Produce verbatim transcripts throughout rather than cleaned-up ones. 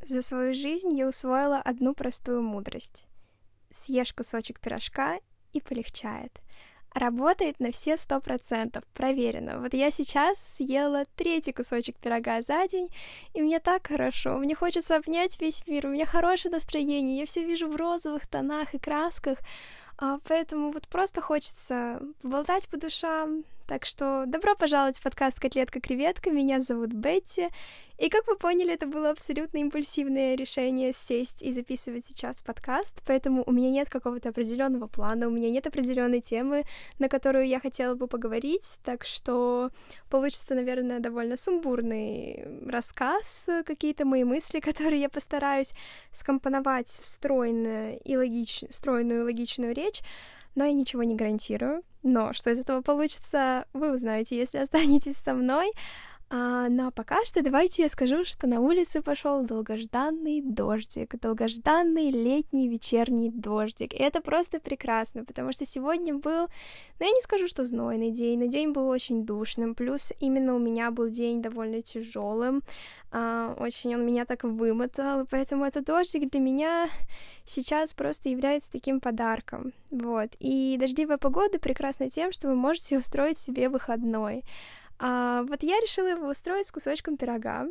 За свою жизнь я усвоила одну простую мудрость. Съешь кусочек пирожка и полегчает. Работает на все сто процентов, проверено. Вот я сейчас съела третий кусочек пирога за день, и мне так хорошо. Мне хочется обнять весь мир, у меня хорошее настроение, я все вижу в розовых тонах и красках, а, поэтому вот просто хочется поболтать по душам. Так что добро пожаловать в подкаст «Котлетка-креветка», меня зовут Бетти, и, как вы поняли, это было абсолютно импульсивное решение сесть и записывать сейчас подкаст, поэтому у меня нет какого-то определенного плана, у меня нет определенной темы, на которую я хотела бы поговорить, так что получится, наверное, довольно сумбурный рассказ, какие-то мои мысли, которые я постараюсь скомпоновать в стройную и логич... стройную логичную речь, но я ничего не гарантирую. Но что из этого получится, вы узнаете, если останетесь со мной. А, ну а пока что давайте я скажу, что на улице пошел долгожданный дождик, долгожданный летний вечерний дождик. И это просто прекрасно, потому что сегодня был, ну я не скажу, что знойный день, но день был очень душным, плюс именно у меня был день довольно тяжелым, а, очень он меня так вымотал, поэтому этот дождик для меня сейчас просто является таким подарком, вот. И дождливая погода прекрасна тем, что вы можете устроить себе выходной. А, вот я решила его устроить с кусочком пирога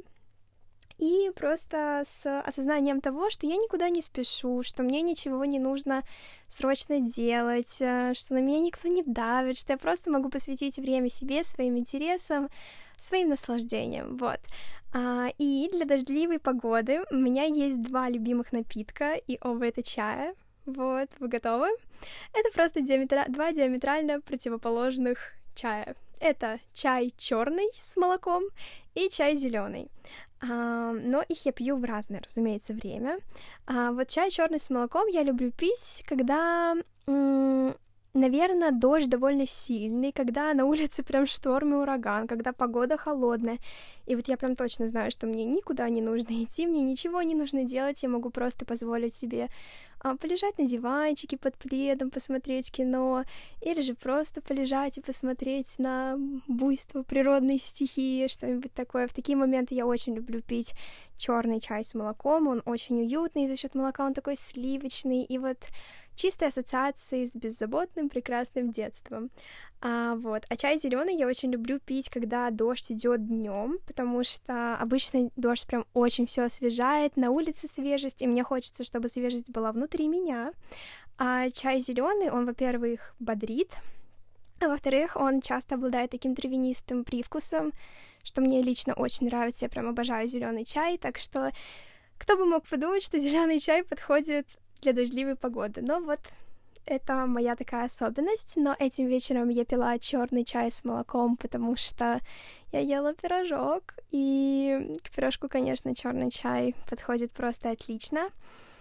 и просто с осознанием того, что я никуда не спешу, что мне ничего не нужно срочно делать, что на меня никто не давит, что я просто могу посвятить время себе, своим интересам, своим наслаждением, вот. А, и для дождливой погоды у меня есть два любимых напитка, и оба это чая. Вот, вы готовы? Это просто диаметра... два диаметрально противоположных чая. Это чай черный с молоком и чай зеленый. А, но их я пью в разное, разумеется, время. А, вот чай черный с молоком я люблю пить, когда, м- наверное, дождь довольно сильный, когда на улице прям шторм и ураган, когда погода холодная. И вот я прям точно знаю, что мне никуда не нужно идти, мне ничего не нужно делать, я могу просто позволить себе а, полежать на диванчике под пледом, посмотреть кино, или же просто полежать и посмотреть на буйство природной стихии, что-нибудь такое. В такие моменты я очень люблю пить черный чай с молоком, он очень уютный, за счет молока он такой сливочный, и вот чистые ассоциации с беззаботным прекрасным детством. А, вот. А чай зеленый я очень люблю пить, когда дождь идет днем, потому что обычно дождь прям очень все освежает, на улице свежесть, и мне хочется, чтобы свежесть была внутри меня. А чай зеленый, он, во-первых, бодрит, а во-вторых, он часто обладает таким травянистым привкусом, что мне лично очень нравится, я прям обожаю зеленый чай, так что кто бы мог подумать, что зеленый чай подходит для дождливой погоды. Но вот это моя такая особенность. Но этим вечером я пила черный чай с молоком, потому что я ела пирожок, и к пирожку, конечно, черный чай подходит просто отлично.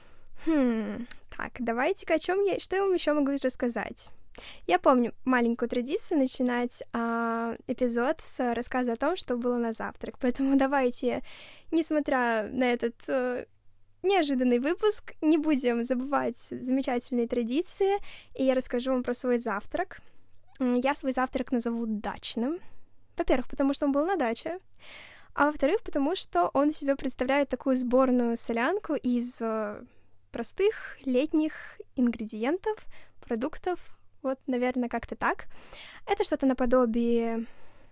Хм, так, давайте-ка о чем я, что я вам еще могу рассказать. Я помню маленькую традицию начинать а, эпизод с рассказа о том, что было на завтрак. Поэтому давайте, несмотря на этот а, неожиданный выпуск, не будем забывать замечательные традиции, и я расскажу вам про свой завтрак. Я свой завтрак назову дачным. Во-первых, потому что он был на даче, а во-вторых, потому что он из себя представляет такую сборную солянку из а, простых летних ингредиентов, продуктов. Вот, наверное, как-то так. Это что-то наподобие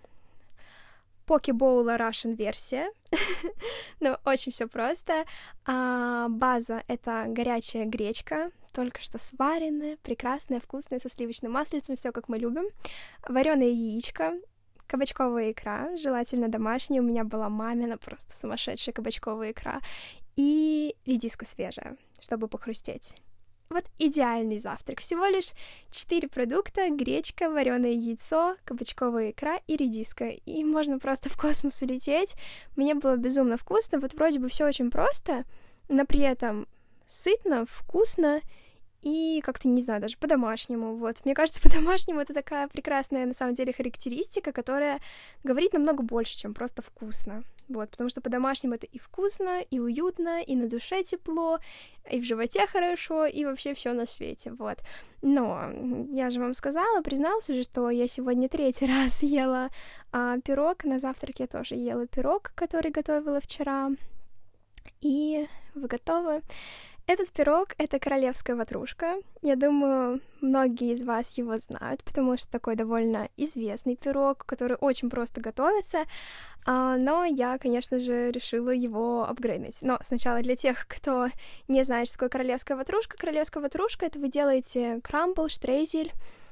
покебоула Russian версия. Но очень все просто. А, база — это горячая гречка, только что сваренная, прекрасная, вкусная, со сливочным маслицем, все как мы любим. Вареное яичко, кабачковая икра, желательно домашняя. У меня была мамина, просто сумасшедшая кабачковая икра. И редиска свежая, чтобы похрустеть. Вот идеальный завтрак. Всего лишь четыре продукта: гречка, вареное яйцо, кабачковая икра и редиска. И можно просто в космос улететь. Мне было безумно вкусно. Вот вроде бы все очень просто, но при этом сытно, вкусно и как-то, не знаю, даже по-домашнему. Вот. Мне кажется, по-домашнему это такая прекрасная, на самом деле, характеристика, которая говорит намного больше, чем просто вкусно. Вот. Потому что по-домашнему это и вкусно, и уютно, и на душе тепло, и в животе хорошо, и вообще все на свете. Вот. Но я же вам сказала, призналась уже, что я сегодня третий раз ела а, пирог. На завтрак я тоже ела пирог, который готовила вчера. И вы готовы? Этот пирог — это королевская ватрушка. Я думаю, многие из вас его знают, потому что такой довольно известный пирог, который очень просто готовится, а, но я, конечно же, решила его апгрейдить. Но сначала для тех, кто не знает, что такое королевская ватрушка. Королевская ватрушка — это вы делаете крамбл, штрейзель,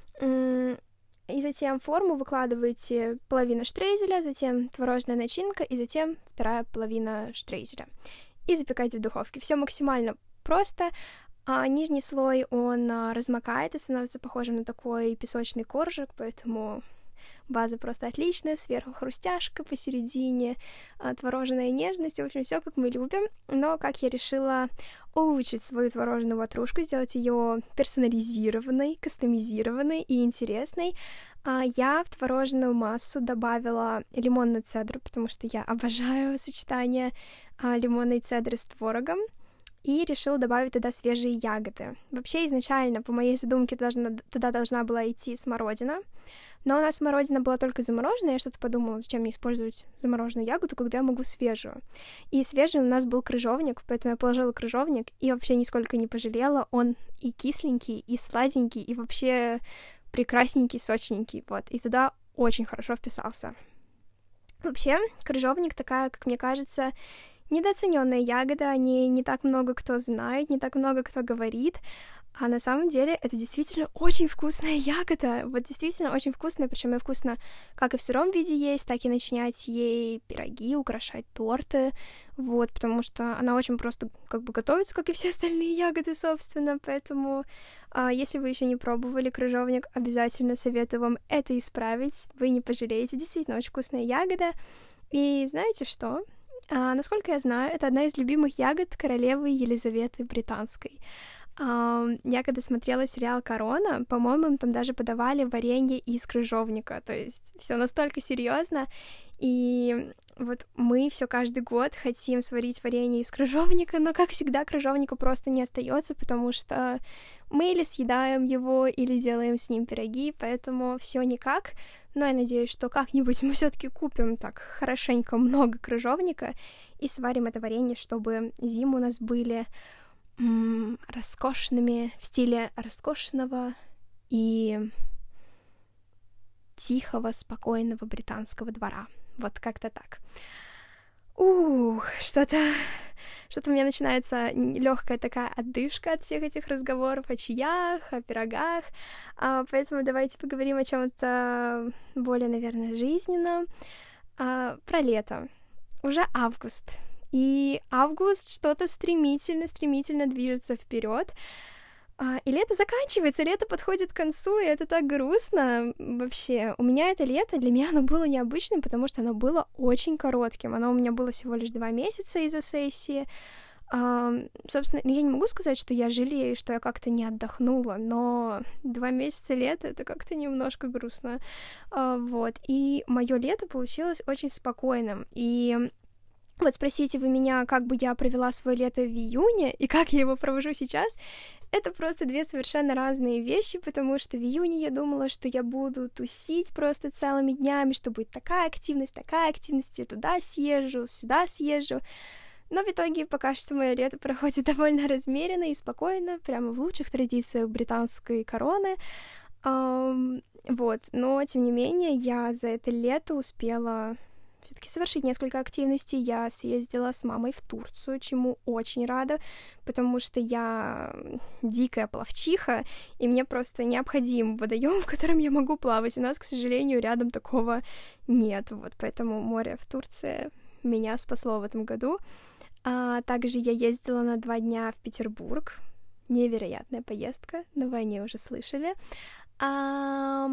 и затем в форму выкладываете половину штрейзеля, затем творожная начинка, и затем вторая половина штрейзеля. И запекаете в духовке. Все максимально просто. А нижний слой, он а, размокает и становится похожим на такой песочный коржик, поэтому база просто отличная, сверху хрустяшка, посередине а, творожная нежность, в общем, все как мы любим. Но как я решила улучшить свою творожную ватрушку, сделать ее персонализированной, кастомизированной и интересной, а, я в творожную массу добавила лимонную цедру, потому что я обожаю сочетание а, лимонной цедры с творогом. И решила добавить туда свежие ягоды. Вообще, изначально, по моей задумке, должна, туда должна была идти смородина, но у нас смородина была только замороженная, я что-то подумала, зачем мне использовать замороженную ягоду, когда я могу свежую. И свежий у нас был крыжовник, поэтому я положила крыжовник, и вообще нисколько не пожалела. Он и кисленький, и сладенький, и вообще прекрасненький, сочненький, вот. И туда очень хорошо вписался. Вообще, крыжовник такая, как мне кажется, недооцененная ягода, о ней не так много кто знает, не так много кто говорит, а на самом деле это действительно очень вкусная ягода, вот действительно очень вкусная, причем ее вкусно как и в сыром виде есть, так и начинять ей пироги, украшать торты, вот, потому что она очень просто как бы готовится, как и все остальные ягоды, собственно, поэтому а, если вы еще не пробовали крыжовник, обязательно советую вам это исправить, вы не пожалеете, действительно очень вкусная ягода, и знаете что? А, насколько я знаю, это одна из любимых ягод королевы Елизаветы Британской. А, я когда смотрела сериал «Корона», по-моему, им там даже подавали варенье из крыжовника, то есть все настолько серьезно. И вот мы все каждый год хотим сварить варенье из крыжовника, но, как всегда, крыжовника просто не остается, потому что мы или съедаем его, или делаем с ним пироги, поэтому все никак. Но я надеюсь, что как-нибудь мы все-таки купим так хорошенько много крыжовника и сварим это варенье, чтобы зимы у нас были м- роскошными, в стиле роскошного и тихого, спокойного британского двора. Вот как-то так. Ух, что-то... Что-то у меня начинается легкая такая отдышка от всех этих разговоров о чаях, о пирогах, а, поэтому давайте поговорим о чем-то более, наверное, жизненном. А, про лето. Уже август. И август что-то стремительно-стремительно движется вперед. А, и лето заканчивается, лето подходит к концу, и это так грустно вообще. У меня это лето, для меня оно было необычным, потому что оно было очень коротким. Оно у меня было всего лишь два месяца из-за сессии. А, собственно, я не могу сказать, что я жалею, что я как-то не отдохнула, но два месяца лета — это как-то немножко грустно. А, вот, и мое лето получилось очень спокойным, и... Вот спросите вы меня, как бы я провела свое лето в июне и как я его провожу сейчас, это просто две совершенно разные вещи, потому что в июне я думала, что я буду тусить просто целыми днями, что будет такая активность, такая активность, я туда съезжу, сюда съезжу. Но в итоге пока что мое лето проходит довольно размеренно и спокойно, прямо в лучших традициях британской короны. Um, вот, но тем не менее я за это лето успела... все-таки совершить несколько активностей. Я съездила с мамой в Турцию, чему очень рада, потому что я дикая пловчиха, и мне просто необходим водоем, в котором я могу плавать. У нас, к сожалению, рядом такого нет, вот, поэтому море в Турции меня спасло в этом году. А также я ездила на два дня в Петербург. Невероятная поездка, но вы о ней уже слышали. А...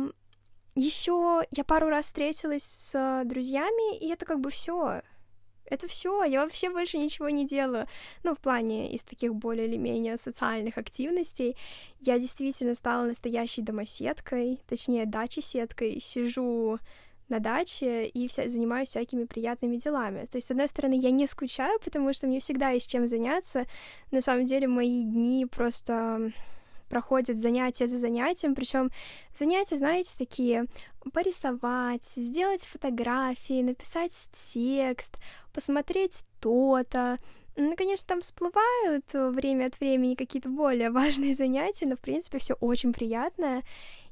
Еще я пару раз встретилась с друзьями, и это как бы все. Это все. Я вообще больше ничего не делаю. Ну, в плане из таких более или менее социальных активностей. Я действительно стала настоящей домоседкой, точнее, дачесеткой. Сижу на даче и вся... занимаюсь всякими приятными делами. То есть, с одной стороны, я не скучаю, потому что мне всегда есть чем заняться. На самом деле, мои дни просто... проходят занятия за занятием, причем занятия, знаете, такие: порисовать, сделать фотографии, написать текст, посмотреть то-то, Ну, конечно, там всплывают время от времени какие-то более важные занятия, но, в принципе, все очень приятное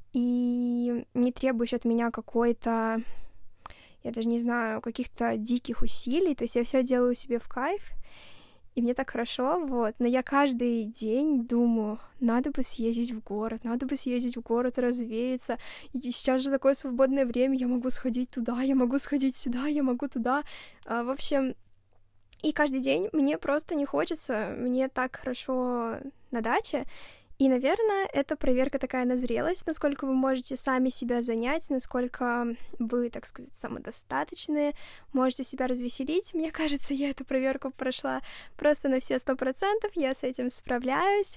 и не требующее от меня какой-то, я даже не знаю, каких-то диких усилий, то есть я все делаю себе в кайф, и мне так хорошо, вот, но я каждый день думаю, надо бы съездить в город, надо бы съездить в город, развеяться, и сейчас же такое свободное время, я могу сходить туда, я могу сходить сюда, я могу туда, а, в общем, и каждый день мне просто не хочется, мне так хорошо на даче, и, наверное, это проверка такая на зрелость, насколько вы можете сами себя занять, насколько вы, так сказать, самодостаточные, можете себя развеселить. Мне кажется, я эту проверку прошла просто на все сто процентов, я с этим справляюсь.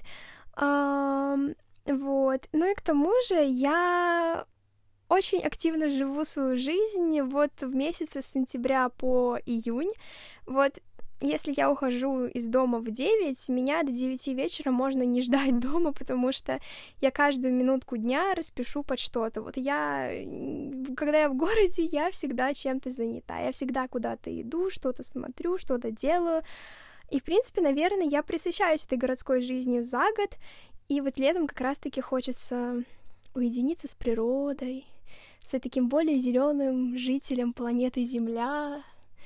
Um, вот. Ну и к тому же я очень активно живу свою жизнь вот в месяце с сентября по июнь. Вот если я ухожу из дома в девять, меня до девяти вечера можно не ждать дома, потому что я каждую минутку дня распишу под что-то. Вот я, когда я в городе, я всегда чем-то занята, я всегда куда-то иду, что-то смотрю, что-то делаю. И, в принципе, наверное, я присыщаюсь этой городской жизнью за год, и вот летом как раз-таки хочется уединиться с природой, стать таким более зеленым жителем планеты Земля.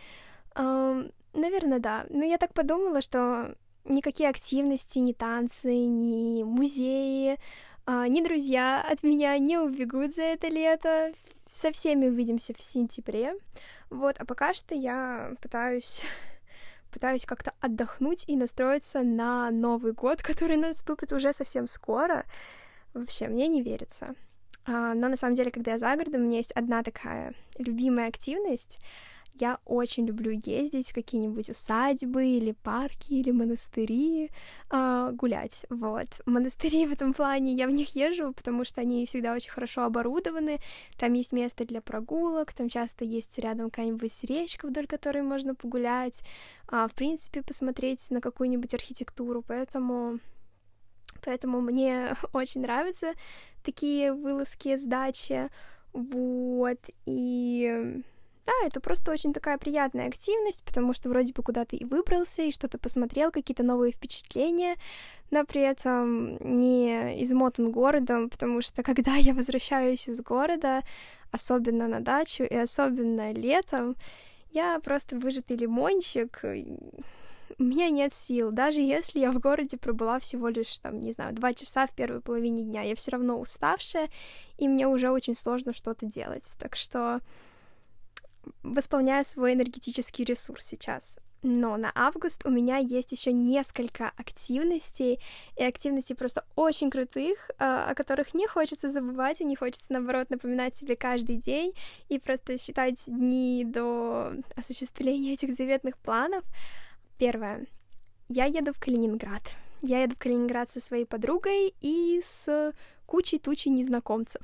Um, наверное, да. Но я так подумала, что никакие активности, ни танцы, ни музеи, uh, ни друзья от меня не убегут за это лето. Со всеми увидимся в сентябре. Вот, а пока что я пытаюсь, пытаюсь как-то отдохнуть и настроиться на Новый год, который наступит уже совсем скоро. Вообще, мне не верится. Uh, но на самом деле, когда я за городом, у меня есть одна такая любимая активность. Я очень люблю ездить в какие-нибудь усадьбы или парки, или монастыри, э, гулять, вот. Монастыри в этом плане, я в них езжу, потому что они всегда очень хорошо оборудованы, там есть место для прогулок, там часто есть рядом какая-нибудь речка, вдоль которой можно погулять, э, в принципе, посмотреть на какую-нибудь архитектуру, поэтому... Поэтому мне очень нравятся такие вылазки с дачи, вот, и... Да, это просто очень такая приятная активность, потому что вроде бы куда-то и выбрался, и что-то посмотрел, какие-то новые впечатления, но при этом не измотан городом, потому что когда я возвращаюсь из города, особенно на дачу и особенно летом, я просто выжатый лимончик, у меня нет сил, даже если я в городе пробыла всего лишь, там, не знаю, два часа в первой половине дня, я все равно уставшая, и мне уже очень сложно что-то делать, так что... восполняю свой энергетический ресурс сейчас. Но на август у меня есть еще несколько активностей, и активностей просто очень крутых, о которых не хочется забывать, и не хочется, наоборот, напоминать себе каждый день, и просто считать дни до осуществления этих заветных планов. Первое. Я еду в Калининград. Я еду в Калининград со своей подругой и с кучей-тучей незнакомцев.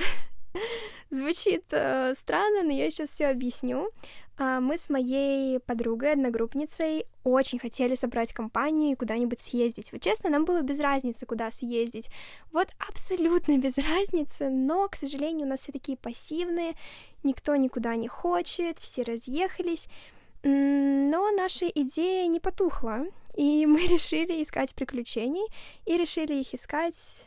Звучит э, странно, но я сейчас все объясню. Э, мы с моей подругой, одногруппницей, очень хотели собрать компанию и куда-нибудь съездить. Вот честно, нам было без разницы, куда съездить. Вот абсолютно без разницы, но, к сожалению, у нас все такие пассивные, никто никуда не хочет, все разъехались. Но наша идея не потухла, и мы решили искать приключений, и решили их искать...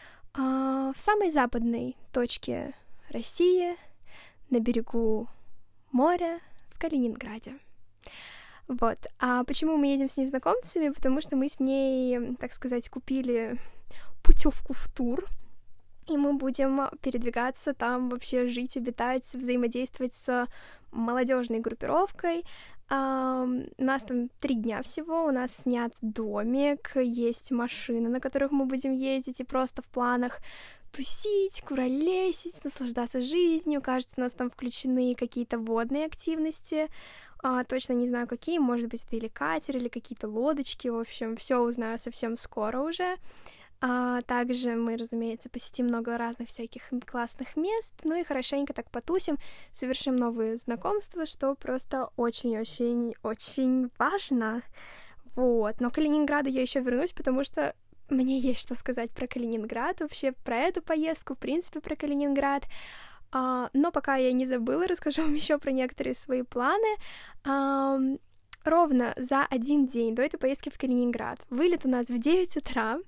в самой западной точке России, на берегу моря, в Калининграде. Вот. А почему мы едем с незнакомцами? Потому что мы с ней, так сказать, купили путевку в тур, и мы будем передвигаться там, вообще жить, обитать, взаимодействовать с молодежной группировкой. Uh, у нас там три дня всего, у нас снят домик, есть машины, на которых мы будем ездить, и просто в планах тусить, куролесить, наслаждаться жизнью. Кажется, у нас там включены какие-то водные активности, uh, точно не знаю какие, может быть, это или катер, или какие-то лодочки, в общем, все узнаю совсем скоро уже. А также мы, разумеется, посетим много разных всяких классных мест, ну и хорошенько так потусим, совершим новые знакомства, что просто очень-очень-очень важно. Вот. Но к Калининграду я еще вернусь, потому что мне есть что сказать про Калининград, вообще про эту поездку, в принципе, про Калининград. А, но пока я не забыла, расскажу вам еще про некоторые свои планы. А, ровно за один день до этой поездки в Калининград. Вылет у нас в девять утра,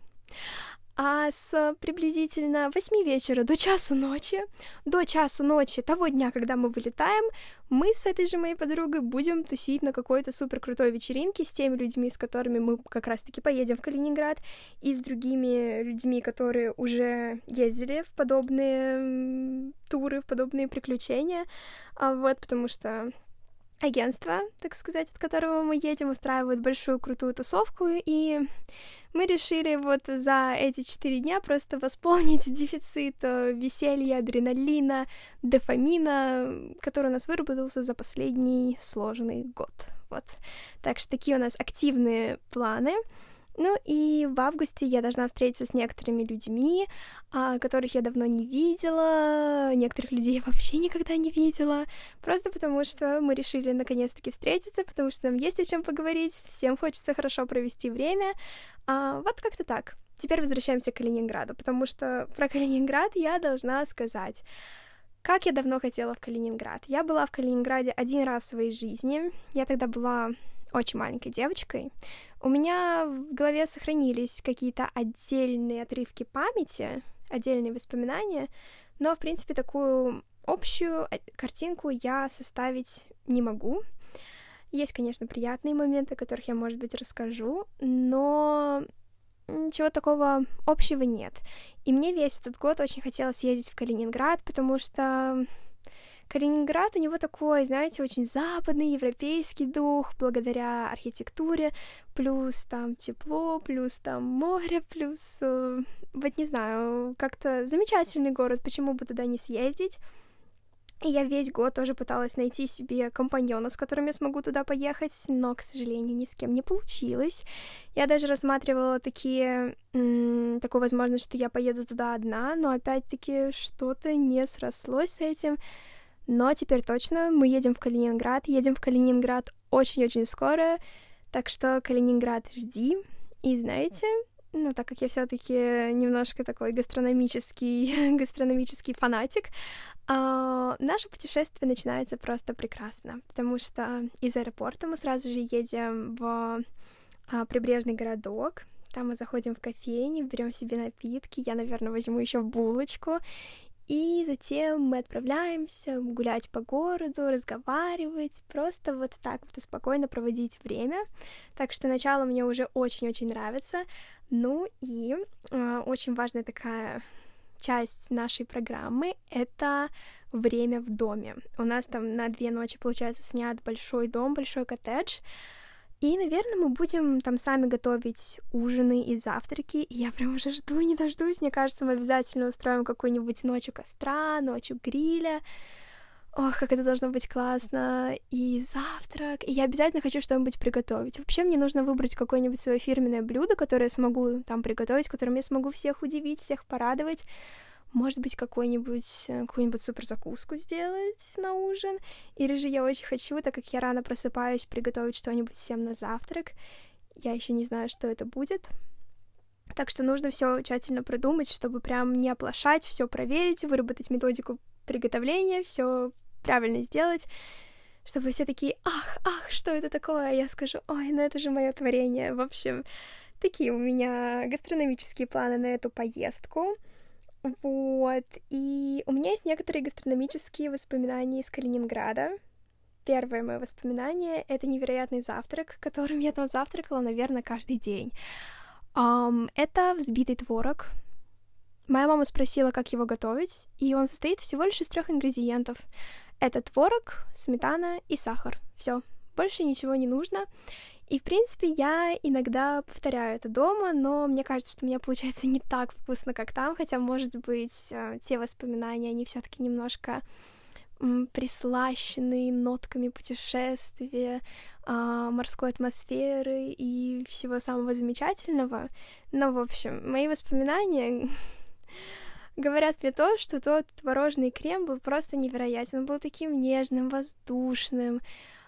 а с приблизительно восьми вечера до часу ночи, до часу ночи того дня, когда мы вылетаем, мы с этой же моей подругой будем тусить на какой-то супер крутой вечеринке с теми людьми, с которыми мы как раз-таки поедем в Калининград, и с другими людьми, которые уже ездили в подобные туры, в подобные приключения, а вот, потому что агентство, так сказать, от которого мы едем, устраивает большую крутую тусовку, и мы решили вот за эти четыре дня просто восполнить дефицит веселья, адреналина, дофамина, который у нас выработался за последний сложный год. Вот. Так что такие у нас активные планы. Ну и в августе я должна встретиться с некоторыми людьми, которых я давно не видела, некоторых людей я вообще никогда не видела, просто потому что мы решили наконец-таки встретиться, потому что нам есть о чем поговорить, всем хочется хорошо провести время, а, вот как-то так. Теперь возвращаемся к Калининграду, потому что про Калининград я должна сказать. Как я давно хотела в Калининград. Я была в Калининграде один раз в своей жизни, я тогда была очень маленькой девочкой. У меня в голове сохранились какие-то отдельные отрывки памяти, отдельные воспоминания, но, в принципе, такую общую картинку я составить не могу. Есть, конечно, приятные моменты, о которых я, может быть, расскажу, но ничего такого общего нет. И мне весь этот год очень хотелось ездить в Калининград, потому что Калининград, у него такой, знаете, очень западный, европейский дух, благодаря архитектуре, плюс там тепло, плюс там море, плюс, э, вот не знаю, как-то замечательный город, почему бы туда не съездить. И я весь год тоже пыталась найти себе компаньона, с которым я смогу туда поехать, но, к сожалению, ни с кем не получилось. Я даже рассматривала такие, м- такую возможность, что я поеду туда одна, но опять-таки что-то не срослось с этим. Но теперь точно мы едем в Калининград, едем в Калининград очень-очень скоро, так что Калининград жди. И знаете, ну, так как я все-таки немножко такой гастрономический, гастрономический фанатик, а, наше путешествие начинается просто прекрасно, потому что из аэропорта мы сразу же едем в а, прибрежный городок. Там мы заходим в кофейню, берем себе напитки, я, наверное, возьму еще булочку, и затем мы отправляемся гулять по городу, разговаривать, просто вот так вот и спокойно проводить время. Так что начало мне уже очень-очень нравится. Ну и э, очень важная такая часть нашей программы — это время в доме. У нас там на две ночи, получается, снят большой дом, большой коттедж. И, наверное, мы будем там сами готовить ужины и завтраки. И я прям уже жду и не дождусь. Мне кажется, мы обязательно устроим какую-нибудь ночь у костра, ночь у гриля. Ох, как это должно быть классно. И завтрак. И я обязательно хочу что-нибудь приготовить. Вообще, мне нужно выбрать какое-нибудь свое фирменное блюдо, которое я смогу там приготовить, которым я смогу всех удивить, всех порадовать. Может быть, какой-нибудь, какую-нибудь супер закуску сделать на ужин. Или же я очень хочу, так как я рано просыпаюсь, приготовить что-нибудь всем на завтрак. Я еще не знаю, что это будет. Так что нужно все тщательно продумать, чтобы прям не оплошать, все проверить, выработать методику приготовления, все правильно сделать, чтобы все такие: ах, ах, что это такое? Я скажу: ой, ну это же мое творение. В общем, такие у меня гастрономические планы на эту поездку. Вот, и у меня есть некоторые гастрономические воспоминания из Калининграда. Первое мое воспоминание — это невероятный завтрак, которым я там завтракала, наверное, каждый день. Um, это взбитый творог. Моя мама спросила, как его готовить, и он состоит всего лишь из трех ингредиентов. Это творог, сметана и сахар. Все, больше ничего не нужно. И, в принципе, я иногда повторяю это дома, но мне кажется, что у меня получается не так вкусно, как там, хотя, может быть, те воспоминания, они все-таки немножко м, прислащены нотками путешествия, а, морской атмосферы и всего самого замечательного. Но, в общем, мои воспоминания говорят мне то, что тот творожный крем был просто невероятен. Он был таким нежным, воздушным,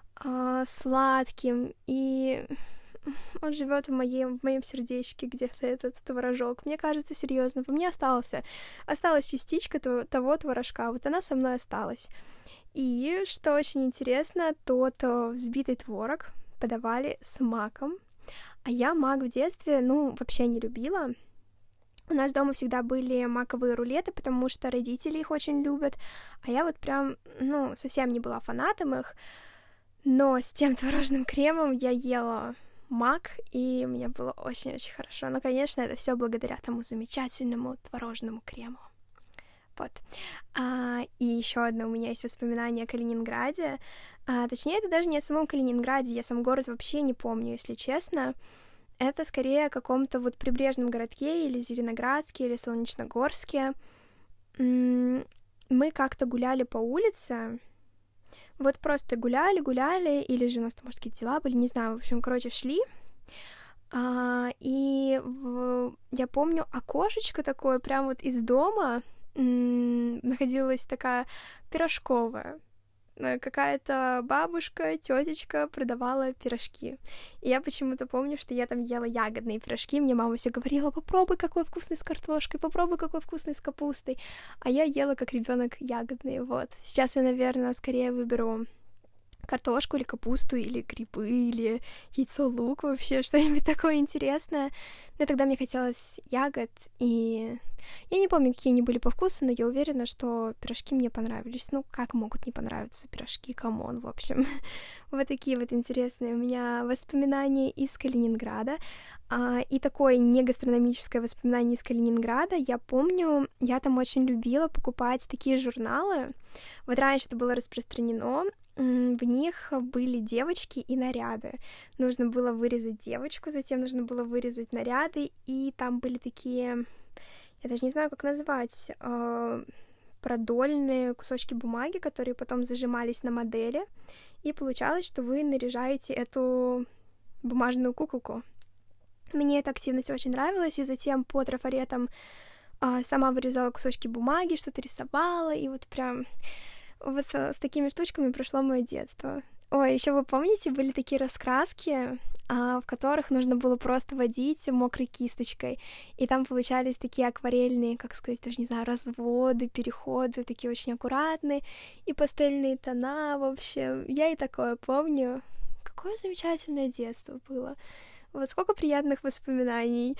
сладким, и он живет в моем, в моем сердечке где-то, этот творожок. Мне кажется, серьезно, во мне остался, осталась частичка того, того творожка, вот она со мной осталась. И, что очень интересно, тот взбитый творог подавали с маком. А я мак в детстве, ну, вообще не любила. У нас дома всегда были маковые рулеты, потому что родители их очень любят. А я вот прям, ну, совсем не была фанатом их. Но с тем творожным кремом я ела мак, и мне было очень-очень хорошо. Но, конечно, это все благодаря тому замечательному творожному крему. Вот. А, и еще одно у меня есть воспоминание о Калининграде. А, точнее, это даже не о самом Калининграде, я сам город вообще не помню, если честно. Это скорее о каком-то вот прибрежном городке, или Зеленоградске, или Солнечногорске. М- мы как-то гуляли по улице, вот просто гуляли, гуляли, или же у нас там, может, какие-то дела были, не знаю, в общем, короче, шли. А, и в... я помню окошечко такое, прям вот из дома м- находилась такая пирожковая. Какая-то бабушка, тетечка продавала пирожки. И я почему-то помню, что я там ела ягодные пирожки. Мне мама все говорила: попробуй, какой вкусный с картошкой, попробуй, какой вкусный с капустой. А я ела, как ребенок, ягодные. Вот. Сейчас я, наверное, скорее выберу картошку или капусту, или грибы, или яйцо лук, вообще что-нибудь такое интересное. Но тогда мне хотелось ягод, и я не помню, какие они были по вкусу, но я уверена, что пирожки мне понравились. Ну, как могут не понравиться пирожки, камон, в общем. Вот такие вот интересные у меня воспоминания из Калининграда. А, и такое негастрономическое воспоминание из Калининграда. Я помню, я там очень любила покупать такие журналы. Вот раньше это было распространено. В них были девочки и наряды. Нужно было вырезать девочку, затем нужно было вырезать наряды, и там были такие, я даже не знаю, как назвать, э, продольные кусочки бумаги, которые потом зажимались на модели, и получалось, что вы наряжаете эту бумажную куколку. Мне эта активность очень нравилась, и затем по трафаретам э, сама вырезала кусочки бумаги, что-то рисовала, и вот прям... Вот с такими штучками прошло мое детство. Ой, еще вы помните, были такие раскраски, а, в которых нужно было просто водить мокрой кисточкой, и там получались такие акварельные, как сказать, даже не знаю, разводы, переходы, такие очень аккуратные, и пастельные тона, в общем. Я и такое помню. Какое замечательное детство было. Вот сколько приятных воспоминаний.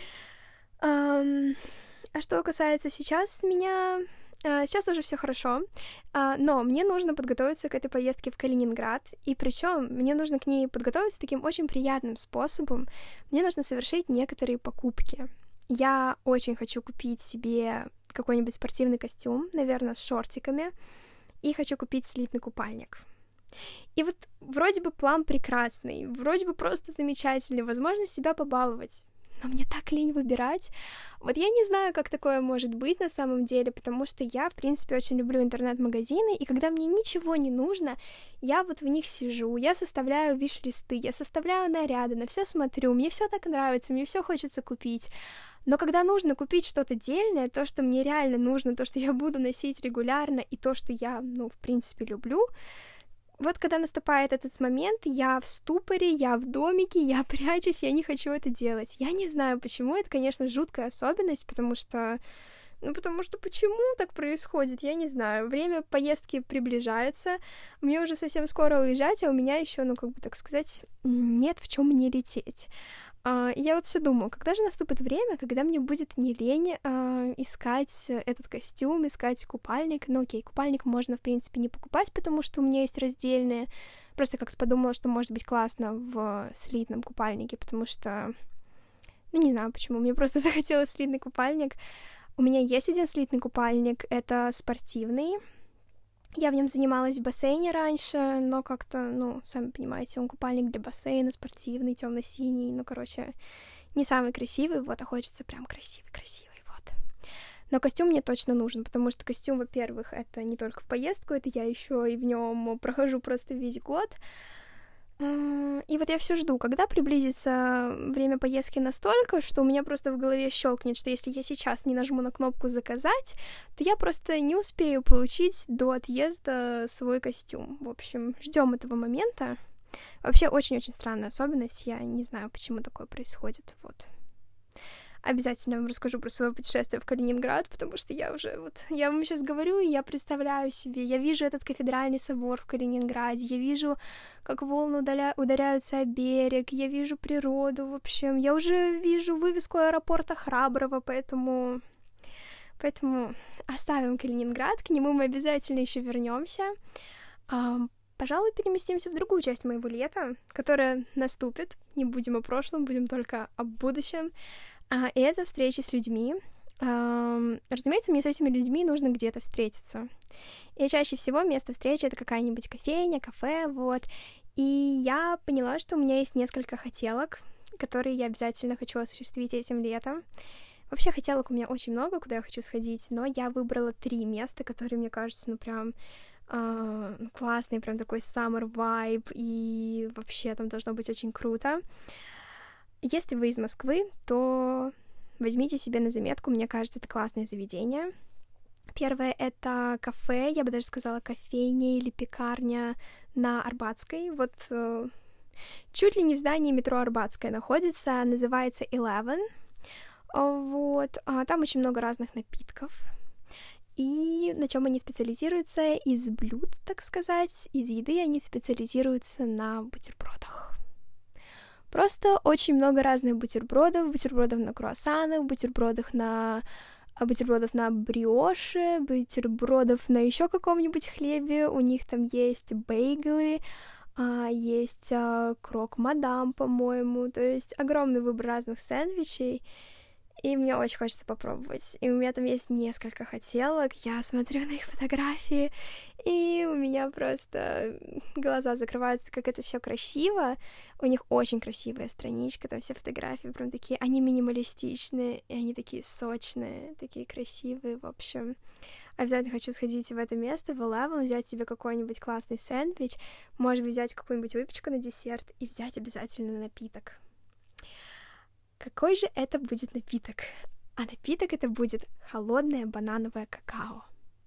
Um, а что касается сейчас меня... Сейчас уже все хорошо, но мне нужно подготовиться к этой поездке в Калининград, и причем мне нужно к ней подготовиться таким очень приятным способом. Мне нужно совершить некоторые покупки. Я очень хочу купить себе какой-нибудь спортивный костюм, наверное, с шортиками, и хочу купить слитный купальник. И вот вроде бы план прекрасный, вроде бы просто замечательный, возможно, себя побаловать. Но мне так лень выбирать. Вот я не знаю, как такое может быть на самом деле, потому что я, в принципе, очень люблю интернет-магазины, и когда мне ничего не нужно, я вот в них сижу, я составляю виш-листы, я составляю наряды, на все смотрю, мне все так нравится, мне все хочется купить. Но когда нужно купить что-то дельное, то, что мне реально нужно, то, что я буду носить регулярно, и то, что я, ну, в принципе, люблю, вот когда наступает этот момент, я в ступоре, я в домике, я прячусь, я не хочу это делать. Я не знаю, почему, это, конечно, жуткая особенность, потому что... Ну, потому что почему так происходит, я не знаю. Время поездки приближается, мне уже совсем скоро уезжать, а у меня еще, ну, как бы так сказать, нет в чем мне лететь. Uh, я вот все думаю, когда же наступит время, когда мне будет не лень uh, искать этот костюм, искать купальник. Ну окей, купальник можно, в принципе, не покупать, потому что у меня есть раздельные. Просто как-то подумала, что может быть классно в слитном купальнике, потому что... Ну, не знаю почему, мне просто захотелось слитный купальник. У меня есть один слитный купальник, это спортивный. Я в нем занималась в бассейне раньше, но как-то, ну, сами понимаете, он купальник для бассейна, спортивный, темно-синий, ну, короче, не самый красивый, вот, а хочется прям красивый-красивый, вот. Но костюм мне точно нужен, потому что костюм, во-первых, это не только в поездку, это я еще и в нем прохожу просто весь год. И вот я все жду, когда приблизится время поездки настолько, что у меня просто в голове щелкнет, что если я сейчас не нажму на кнопку «Заказать», то я просто не успею получить до отъезда свой костюм. В общем, ждем этого момента. Вообще очень-очень странная особенность, я не знаю, почему такое происходит, вот. Обязательно вам расскажу про свое путешествие в Калининград, потому что я уже вот... Я вам сейчас говорю, и я представляю себе. Я вижу этот кафедральный собор в Калининграде, я вижу, как волны удаля... ударяются о берег, я вижу природу, в общем. Я уже вижу вывеску аэропорта Храброво, поэтому... Поэтому оставим Калининград, к нему мы обязательно еще вернемся. Пожалуй, переместимся в другую часть моего лета, которая наступит. Не будем о прошлом, будем только о будущем. А, и это встречи с людьми. А, разумеется, мне с этими людьми нужно где-то встретиться. И чаще всего место встречи — это какая-нибудь кофейня, кафе, вот. И я поняла, что у меня есть несколько хотелок, которые я обязательно хочу осуществить этим летом. Вообще, хотелок у меня очень много, куда я хочу сходить, но я выбрала три места, которые, мне кажется, ну прям... Uh, классный, прям такой summer vibe, и вообще там должно быть очень круто. Если вы из Москвы, то возьмите себе на заметку, мне кажется, это классное заведение. Первое — это кафе, я бы даже сказала кофейня или пекарня на Арбатской, вот uh, чуть ли не в здании метро Арбатская находится, называется Eleven, uh, вот, uh, там очень много разных напитков. И на чем они специализируются? Из блюд, так сказать, из еды они специализируются на бутербродах. Просто очень много разных бутербродов, бутербродов на круассанах, бутербродах на бутербродов на бриоше, бутербродов на еще каком-нибудь хлебе. У них там есть бейглы, есть крок-мадам, по-моему, то есть огромный выбор разных сэндвичей. И мне очень хочется попробовать. И у меня там есть несколько хотелок. Я смотрю на их фотографии, и у меня просто глаза закрываются, как это все красиво. У них очень красивая страничка, там все фотографии прям такие, они минималистичные, и они такие сочные, такие красивые, в общем. Обязательно хочу сходить в это место, в Eleven, взять себе какой-нибудь классный сэндвич, может быть, взять какую-нибудь выпечку на десерт и взять обязательно напиток. Какой же это будет напиток? А напиток это будет холодное банановое какао.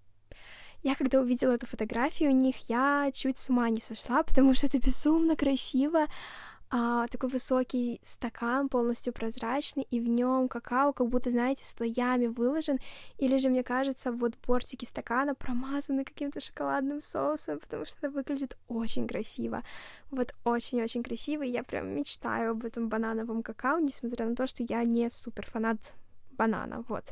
Я когда увидела эту фотографию у них, я чуть с ума не сошла, потому что это безумно красиво. А, такой высокий стакан, полностью прозрачный, и в нем какао как будто, знаете, слоями выложен. Или же, мне кажется, вот бортики стакана промазаны каким-то шоколадным соусом, потому что это выглядит очень красиво. Вот очень-очень красиво, и я прям мечтаю об этом банановом какао, несмотря на то, что я не супер фанат банана, вот.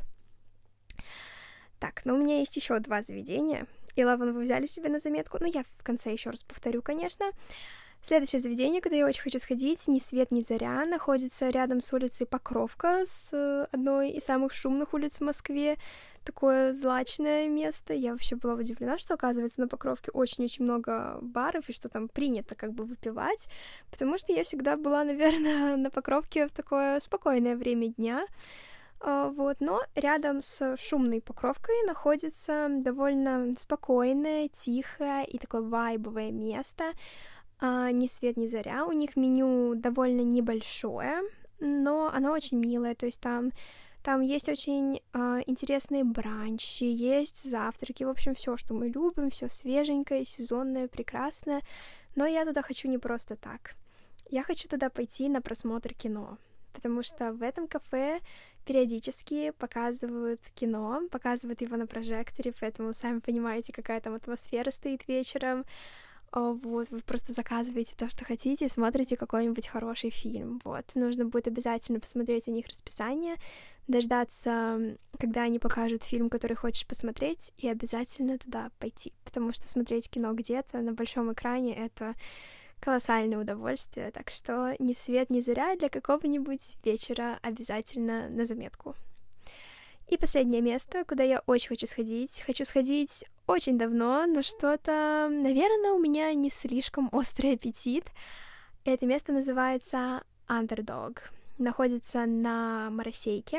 Так, ну у меня есть еще два заведения. Eleven вы взяли себе на заметку, но я в конце еще раз повторю, конечно. Следующее заведение, куда я очень хочу сходить, ни свет, ни заря, находится рядом с улицей Покровка, с одной из самых шумных улиц в Москве. Такое злачное место. Я вообще была удивлена, что, оказывается, на Покровке очень-очень много баров, и что там принято как бы выпивать, потому что я всегда была, наверное, на Покровке в такое спокойное время дня. Вот, но рядом с шумной Покровкой находится довольно спокойное, тихое и такое вайбовое место. Uh, ни свет, ни заря. У них меню довольно небольшое, но оно очень милое, то есть там, там есть очень uh, интересные бранчи, есть завтраки, в общем, все, что мы любим, все свеженькое, сезонное, прекрасное, но я туда хочу не просто так. Я хочу туда пойти на просмотр кино, потому что в этом кафе периодически показывают кино, показывают его на прожекторе, поэтому сами понимаете, какая там атмосфера стоит вечером. Вот, вы просто заказываете то, что хотите, и смотрите какой-нибудь хороший фильм, вот. Нужно будет обязательно посмотреть у них расписание, дождаться, когда они покажут фильм, который хочешь посмотреть, и обязательно туда пойти, потому что смотреть кино где-то на большом экране — это колоссальное удовольствие, так что ни свет, ни заря для какого-нибудь вечера обязательно на заметку. И последнее место, куда я очень хочу сходить. Хочу сходить очень давно, но что-то, наверное, у меня не слишком острый аппетит. Это место называется Underdog. Находится на Моросейке.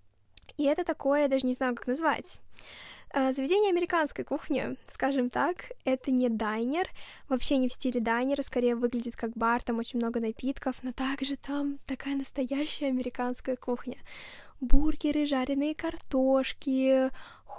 И это такое, я даже не знаю, как назвать. Заведение американской кухни, скажем так. Это не дайнер, вообще не в стиле дайнера, скорее выглядит как бар, там очень много напитков, но также там такая настоящая американская кухня. Бургеры, жареные картошки,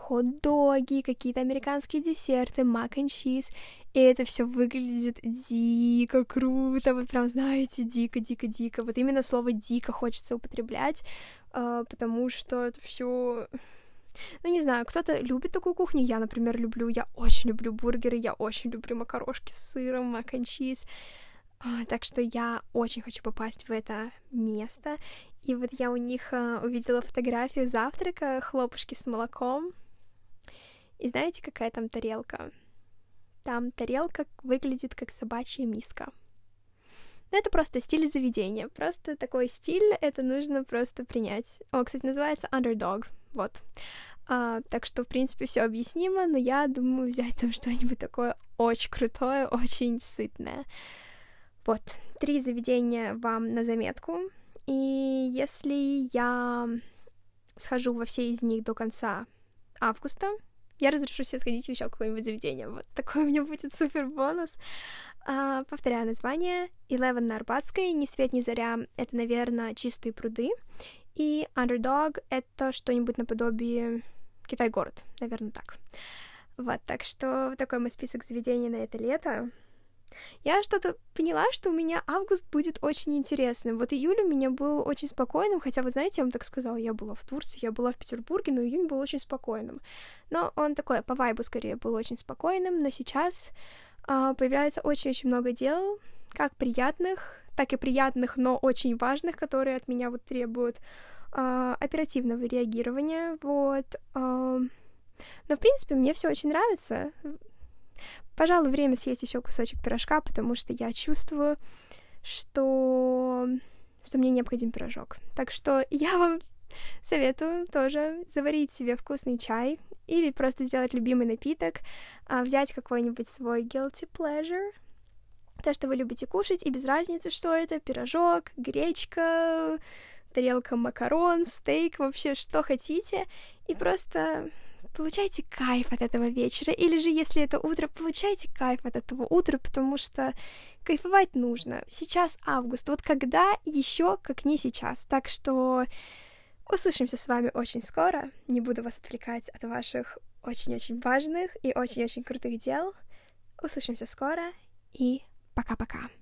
хот-доги, какие-то американские десерты, мак and чиз, и это все выглядит дико круто, вот прям, знаете, дико-дико-дико, вот именно слово «дико» хочется употреблять, э, потому что это все... Ну, не знаю, кто-то любит такую кухню, я, например, люблю, я очень люблю бургеры, я очень люблю макарошки с сыром, мак and чиз, а, так что я очень хочу попасть в это место, и вот я у них а, увидела фотографию завтрака, хлопушки с молоком, и знаете, какая там тарелка? Там тарелка выглядит как собачья миска. Ну, это просто стиль заведения, просто такой стиль, это нужно просто принять. О, кстати, называется Underdog, вот. А, так что, в принципе, все объяснимо, но я думаю взять там что-нибудь такое очень крутое, очень сытное. Вот, три заведения вам на заметку, и если я схожу во все из них до конца августа, я разрешу себе сходить еще в какое-нибудь заведение. Вот такой у меня будет супер бонус. А, повторяю название. Eleven на Арбатской, Ни свет ни заря — это, наверное, Чистые пруды. И Underdog — это что-нибудь наподобие Китай-город, наверное, так. Вот, так что такой мой список заведений на это лето. Я что-то поняла, что у меня август будет очень интересным. Вот июль у меня был очень спокойным, хотя, вы знаете, я вам так сказала, я была в Турции, я была в Петербурге, но июнь был очень спокойным. Но он такой, по вайбу скорее, был очень спокойным, но сейчас а, появляется очень-очень много дел, как приятных, так и приятных, но очень важных, которые от меня вот требуют а, оперативного реагирования, вот. А, но, в принципе, мне все очень нравится. Пожалуй, время съесть еще кусочек пирожка, потому что я чувствую, что, что мне необходим пирожок. Так что я вам советую тоже заварить себе вкусный чай или просто сделать любимый напиток, взять какой-нибудь свой guilty pleasure, то, что вы любите кушать, и без разницы, что это, пирожок, гречка, тарелка макарон, стейк, вообще что хотите, и просто... получайте кайф от этого вечера, или же, если это утро, получайте кайф от этого утра, потому что кайфовать нужно. Сейчас август, вот когда еще, как не сейчас. Так что услышимся с вами очень скоро, не буду вас отвлекать от ваших очень-очень важных и очень-очень крутых дел. Услышимся скоро, и пока-пока.